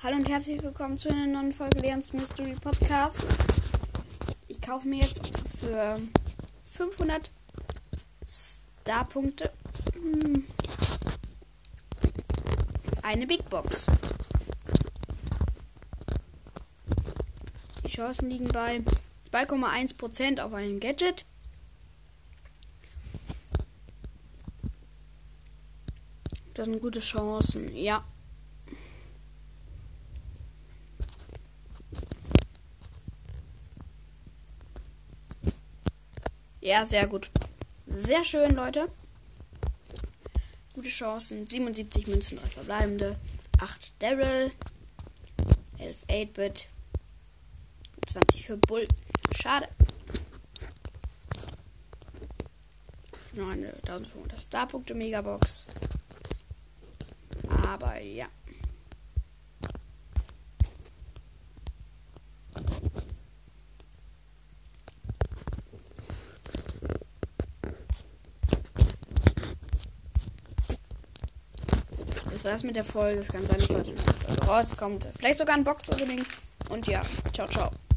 Hallo und herzlich willkommen zu einer neuen Folge Leons Mystery Podcast. Ich kaufe mir jetzt für 500 Starpunkte eine Big Box. Die Chancen liegen bei 2,1% auf ein Gadget. Das sind gute Chancen, ja. Ja, sehr gut. Sehr schön, Leute. Gute Chancen. 77 Münzen und verbleibende. 8 Daryl. 11 8-Bit. 20 für Bull. Schade. Noch eine 1500 Starpunkte Megabox. Aber ja. Das war's mit der Folge. Es kann sein, dass heute eine Folge rauskommt. Vielleicht sogar ein Box-Opening. Und ja, ciao, ciao.